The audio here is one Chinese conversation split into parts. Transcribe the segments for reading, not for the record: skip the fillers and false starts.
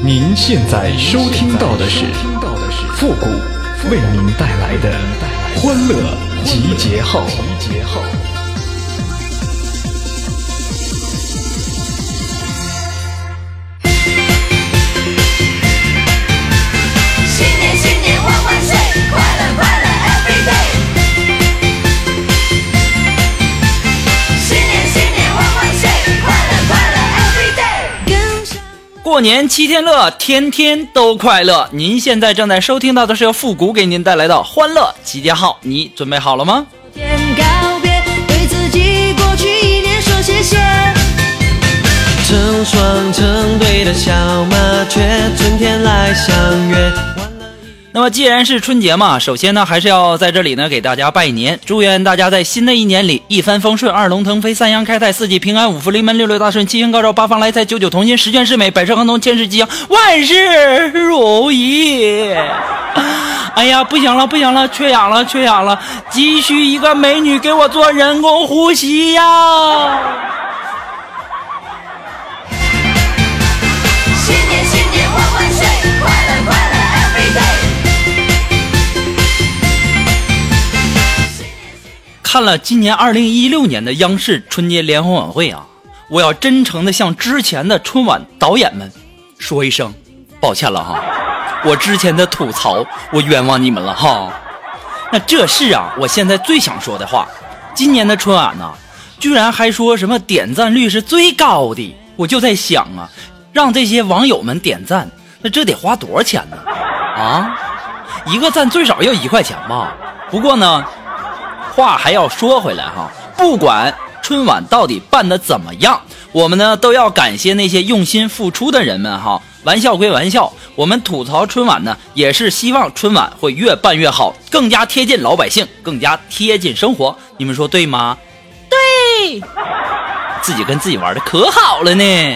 您现在收听到的是复古为您带来的欢乐集结号。 新年万万岁，快乐快乐 every day。新年万万岁，快乐快乐 every day。 过年7天乐，天天都快乐。您现在正在收听到的是由复古给您带来的欢乐集结号，你准备好了吗？ 天告别，对自己过去一年说谢谢。 成双成对的小麻雀，春天来相约。 那么既然是春节嘛，首先呢还是要在这里呢给大家拜年，祝愿大家在新的一年里一帆风顺，二龙腾飞，三阳开泰，四季平安，五福临门，六六大顺，七星高照，八方来财，九九同心，十全十美，百事亨通，千事吉祥，万事如意。哎呀，不行了，缺氧了，急需一个美女给我做人工呼吸呀。 新年万万岁，快乐快乐 every day。 看了今年2016年的央视春节联欢晚会啊，我要真诚的向之前的春晚导演们说一声抱歉了哈，我之前的吐槽我冤枉你们了哈。那这是啊我现在最想说的话，今年的春晚呢居然还说什么点赞率是最高的，我就在想啊，让这些网友们点赞，那这得花多少钱呢？啊，一个赞最少要1块钱吧。不过呢话还要说回来哈，不管春晚到底办得怎么样，我们呢都要感谢那些用心付出的人们哈。玩笑归玩笑，我们吐槽春晚呢，也是希望春晚会越办越好，更加贴近老百姓，更加贴近生活。你们说对吗？对，自己跟自己玩的可好了呢。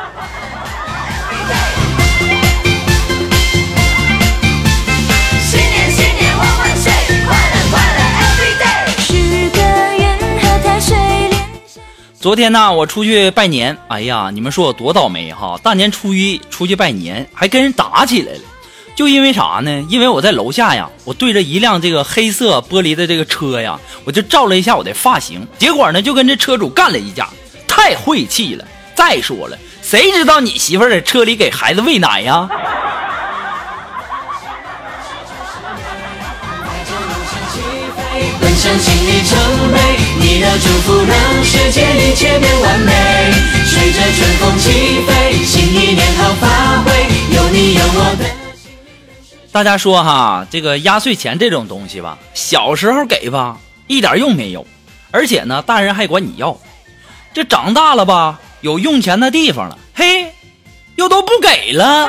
昨天呢我出去拜年，哎呀你们说我多倒霉哈，大年初一出去拜年还跟人打起来了。就因为啥呢？因为我在楼下呀，我对着一辆这个黑色玻璃的这个车呀，我就照了一下我的发型，结果呢就跟这车主干了一架，太晦气了。再说了，谁知道你媳妇在车里给孩子喂奶呀？ 奔向新里程碑，你的祝福让世界一切变完美。随着春风起飞，新一年好发挥，有你有我的。 大家说哈，这个压岁钱这种东西吧，小时候给吧一点用没有，而且呢大人还管你要。这长大了吧，有用钱的地方了，嘿，又都不给了。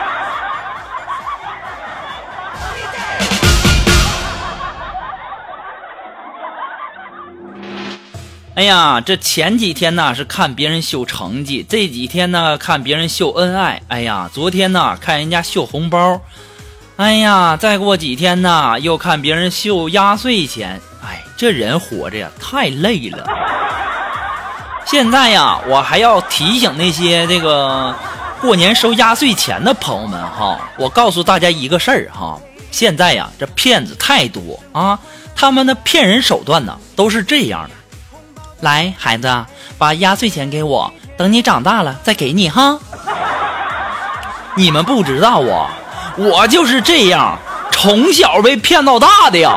哎呀，这前几天呢是看别人秀成绩，这几天呢看别人秀恩爱，哎呀，昨天呢看人家秀红包，哎呀，再过几天呢又看别人秀压岁钱，哎，这人活着呀太累了。现在呀我还要提醒那些这个过年收压岁钱的朋友们哈，我告诉大家一个事儿哈，现在呀这骗子太多啊，他们的骗人手段呢都是这样的。来，孩子，把压岁钱给我，等你长大了再给你哈。你们不知道啊，我就是这样，从小被骗到大的呀。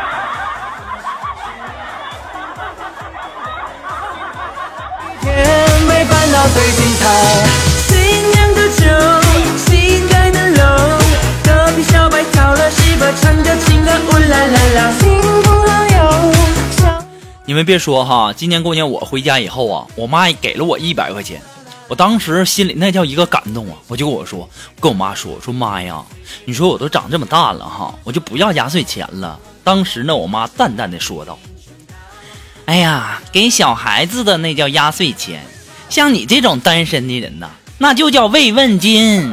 天被搬到最精彩，新酿的酒，新盖的楼，隔壁小白跳了戏吧，唱着情歌，呜啦啦啦，幸福老友。 你们别说哈，今年过年我回家以后啊，我妈也给了我100块钱，我当时心里那叫一个感动啊！我就跟我妈说，我说妈呀，你说我都长这么大了哈，我就不要压岁钱了。当时呢，我妈淡淡的说道：“哎呀，给小孩子的那叫压岁钱，像你这种单身的人呐，那就叫慰问金。”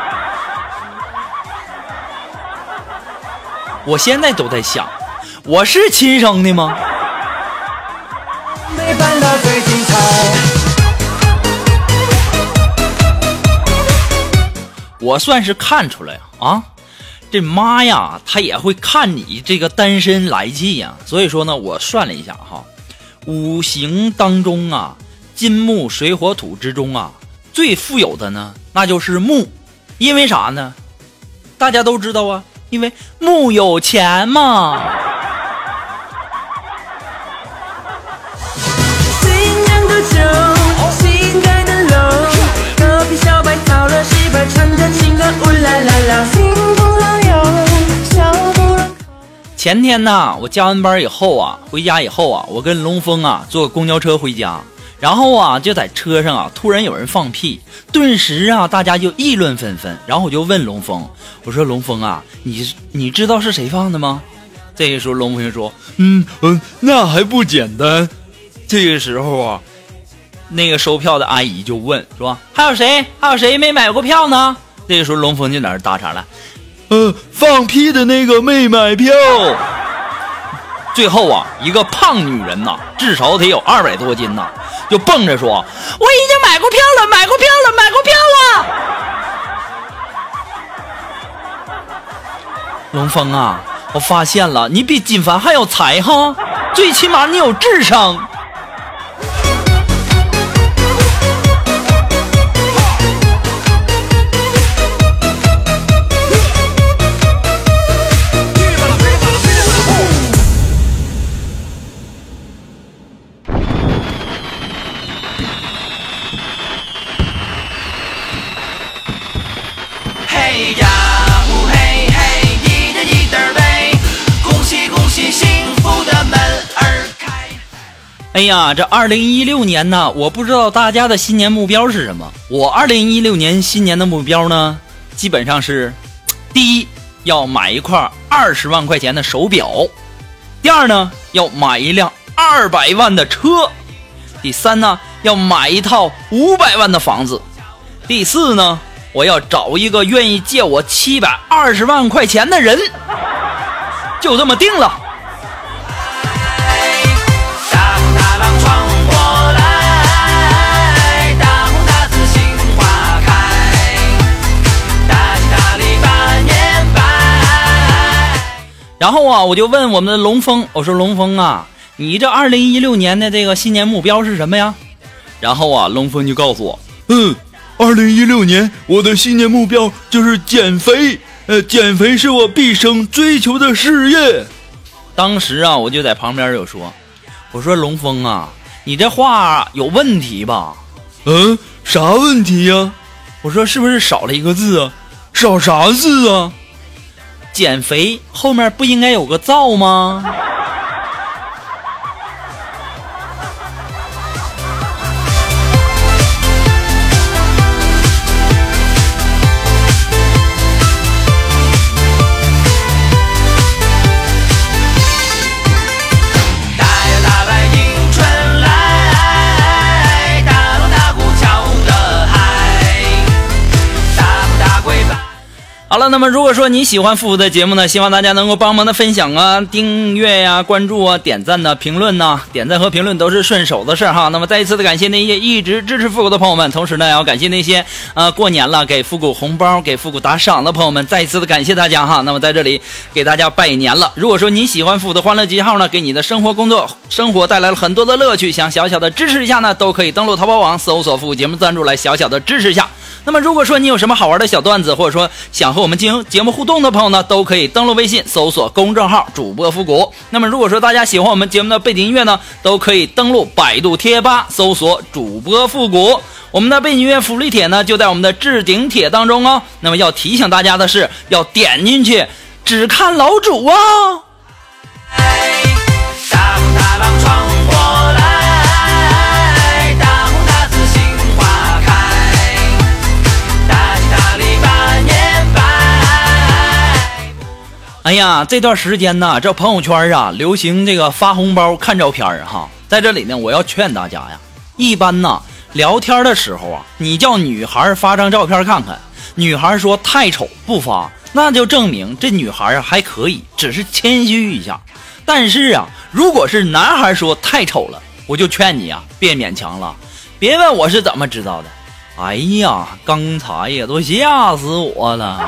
我现在都在想，我是亲生的吗？ 没办到最精彩。 我算是看出来啊，这妈呀，她也会看你这个单身来气呀。所以说呢，我算了一下哈，五行当中啊，金木水火土之中啊，最富有的呢，那就是木。因为啥呢？大家都知道啊，因为木有钱嘛。 新娘的酒，新盖的楼，隔壁小白讨了媳妇，唱着情歌，呜啦啦啦，幸福老友，小不忍。 前天呢，我加完班以后啊，回家以后啊，我跟龙峰啊坐公交车回家，然后啊就在车上啊，突然有人放屁，顿时啊大家就议论纷纷。然后我就问龙峰，我说龙峰啊，你知道是谁放的吗？这个时候龙峰就说，那还不简单。这个时候啊，那个收票的阿姨就问说，还有谁没买过票呢？这个时候龙峰就在那搭茬了，放屁的那个没买票。最后啊，一个胖女人呐，至少得有200多斤呐，就蹦着说，我已经买过票了。龙峰啊，我发现了，你比金凡还有才哈，最起码你有智商。 嘿呀呼嘿嘿，一人一点杯，恭喜恭喜，幸福的门儿开。 哎呀，这2016年呢，我不知道大家的新年目标是什么。我2016年新年的目标呢，基本上是：第一，要买一块20万块钱的手表；第二呢，要买一辆200万的车；第三呢，要买一套500万的房子；第四呢，我要找一个愿意借我720万块钱的人。就这么定了。 大风大浪闯过来，大红大紫杏花开，大吉大利把年拜。 然后啊，我就问我们的龙峰，我说龙峰啊，你这2016年的这个新年目标是什么呀？然后啊，龙峰就告诉我，2016年我的新年目标就是减肥，减肥是我毕生追求的事业。当时啊，我就在旁边有说，我说龙峰啊，你这话有问题吧？啥问题呀？我说是不是少了一个字啊？少啥字啊？减肥后面不应该有个造吗？好了，那么如果说你喜欢复古的节目呢，希望大家能够帮忙的分享啊、订阅呀、关注啊、点赞呐、评论呐，点赞和评论都是顺手的事哈。那么再一次的感谢那些一直支持复古的朋友们，同时呢，也要感谢那些过年了给复古红包、给复古打赏的朋友们，再一次的感谢大家哈。那么在这里给大家拜年了。如果说你喜欢复古的欢乐集号呢，给你的生活带来了很多的乐趣，想小小的支持一下呢，都可以登录淘宝网搜索复古节目赞助来小小的支持一下。那么如果说你有什么好玩的小段子，或者说想和我们进行节目互动的朋友呢，都可以登录微信搜索公众号主播复古。那么如果说大家喜欢我们节目的背景音乐呢，都可以登录百度贴吧搜索主播复古。我们的背景音乐福利帖呢就在我们的置顶帖当中哦。那么要提醒大家的是，要点进去只看老主啊。 大风大浪闯过来，大红大紫杏花开，大吉大利把年拜。 哎呀，这段时间呢，这朋友圈啊流行这个发红包看照片哈。在这里呢，我要劝大家呀，一般呢聊天的时候啊，你叫女孩发张照片看看，女孩说太丑不发，那就证明这女孩啊还可以，只是谦虚一下。但是啊，如果是男孩说太丑了，我就劝你啊别勉强了。别问我是怎么知道的哎呀，刚才呀都吓死我了。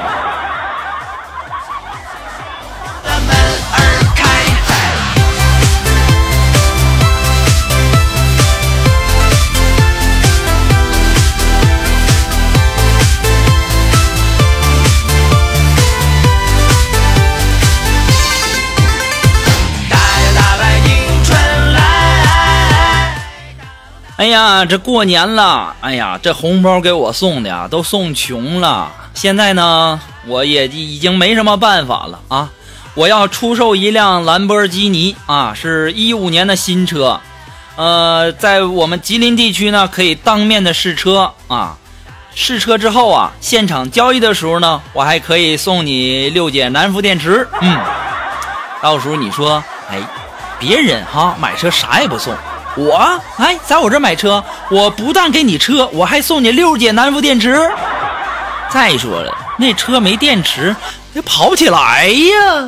哎呀，这过年了，哎呀，这红包给我送的呀，都送穷了。现在呢，我也已经没什么办法了啊！我要出售一辆兰博基尼啊，是15年的新车，在我们吉林地区呢，可以当面的试车啊。试车之后啊，现场交易的时候呢，我还可以送你6节南孚电池。到时候你说，哎，别人哈买车啥也不送。我在我这买车，我不但给你车，我还送你6节南孚电池。再说了，那车没电池，那跑不起来呀。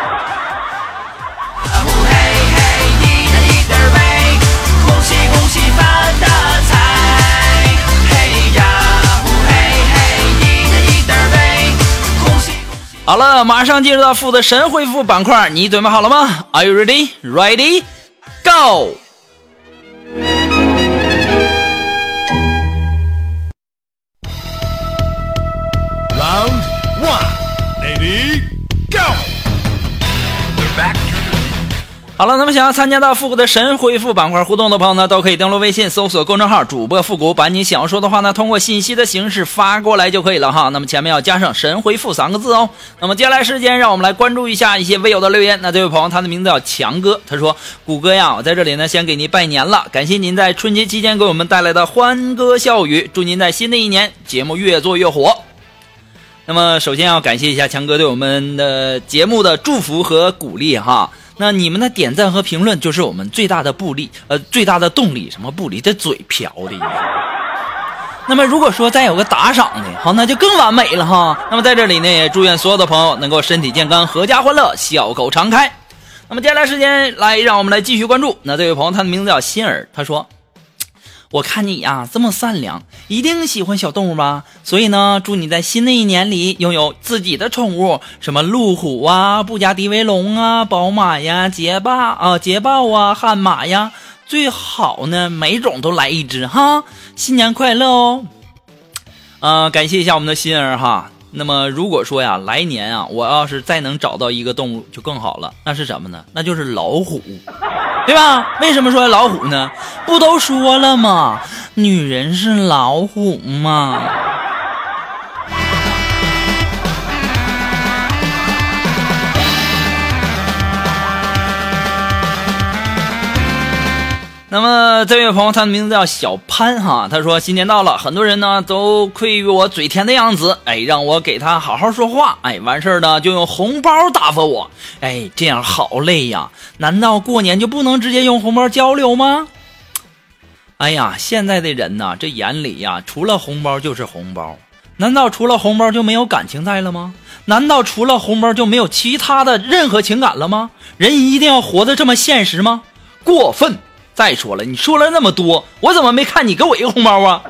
好了，马上进入到负责神回复板块，你准备好了吗？ Are you ready? Ready? Go! Round 1, Ready, Go! Back. 好了，那么想要参加到复古的神回复板块互动的朋友呢，都可以登录微信搜索公众号主播复古，把你想要说的话呢通过信息的形式发过来就可以了哈。那么前面要加上神回复3个字哦。那么接下来时间让我们来关注一下一些微友的留言。那这位朋友他的名字叫强哥，他说谷歌呀，我在这里呢先给您拜年了，感谢您在春节期间给我们带来的欢歌笑语，祝您在新的一年节目越做越火。那么首先要感谢一下强哥对我们的节目的祝福和鼓励哈。那你们的点赞和评论就是我们最大的最大的动力。什么不离这嘴瓢的。那么如果说再有个打赏的，好，那就更完美了哈。那么在这里呢，也祝愿所有的朋友能够身体健康，阖家欢乐，笑口常开。那么接下来时间来，让我们来继续关注。那这位朋友他的名字叫心儿，他说，我看你呀这么善良，一定喜欢小动物吧，所以呢祝你在新的一年里拥有自己的宠物，什么路虎啊、布加迪威龙啊、宝马呀、捷豹啊、悍马呀，最好呢每种都来一只哈。新年快乐哦。感谢一下我们的心儿哈。那么如果说呀来年啊我要是再能找到一个动物就更好了，那是什么呢？那就是老虎，对吧？为什么说老虎呢？不都说了吗？女人是老虎嘛。那么这位朋友他的名字叫小潘哈，他说新年到了，很多人呢都愧于我嘴甜的样子，让我给他好好说话，完事儿呢就用红包打发我，这样好累呀，难道过年就不能直接用红包交流吗？现在的人呢，这眼里呀除了红包就是红包，难道除了红包就没有感情在了吗？难道除了红包就没有其他的任何情感了吗？人一定要活得这么现实吗？过分！再说了，你说了那么多，我怎么没看你给我一个红包啊？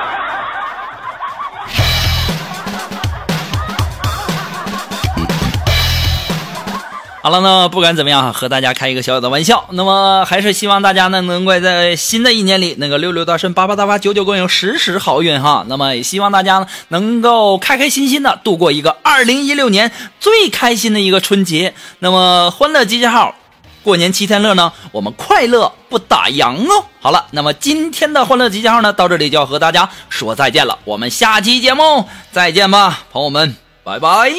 好了呢，不管怎么样，和大家开一个小小的玩笑。那么还是希望大家呢能够在新的一年里那个六六大顺，八八大发，九九共有，时时好运哈。那么也希望大家呢能够开开心心的度过一个2016年最开心的一个春节。那么欢乐集结号，过年7天乐呢，我们快乐不打烊哦。好了，那么今天的欢乐集结号呢，到这里就要和大家说再见了。我们下期节目再见吧，朋友们，拜拜。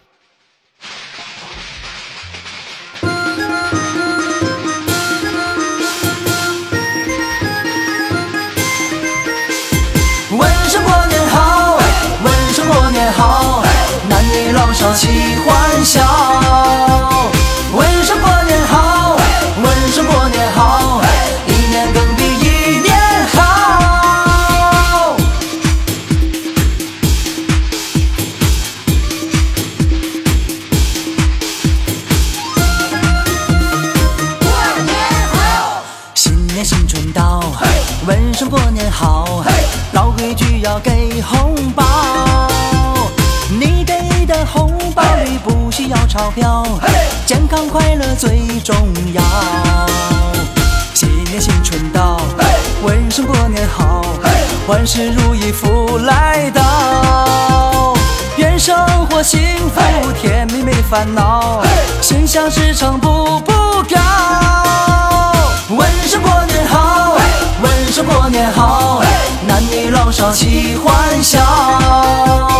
问声过年好，问声过年好，男女老少齐欢笑。问声过年好，问声过年好，一年更比一年好。过年好，新年新春到，问声过年好，老规矩要改。 包。你给的红包里不需要钞票，健康快乐最重要。新年新春到，问声过年好，万事如意福来到。愿生活幸福，甜蜜没烦恼，心想事成步步高。问声过年好，问声过年好，男女老少齐欢笑。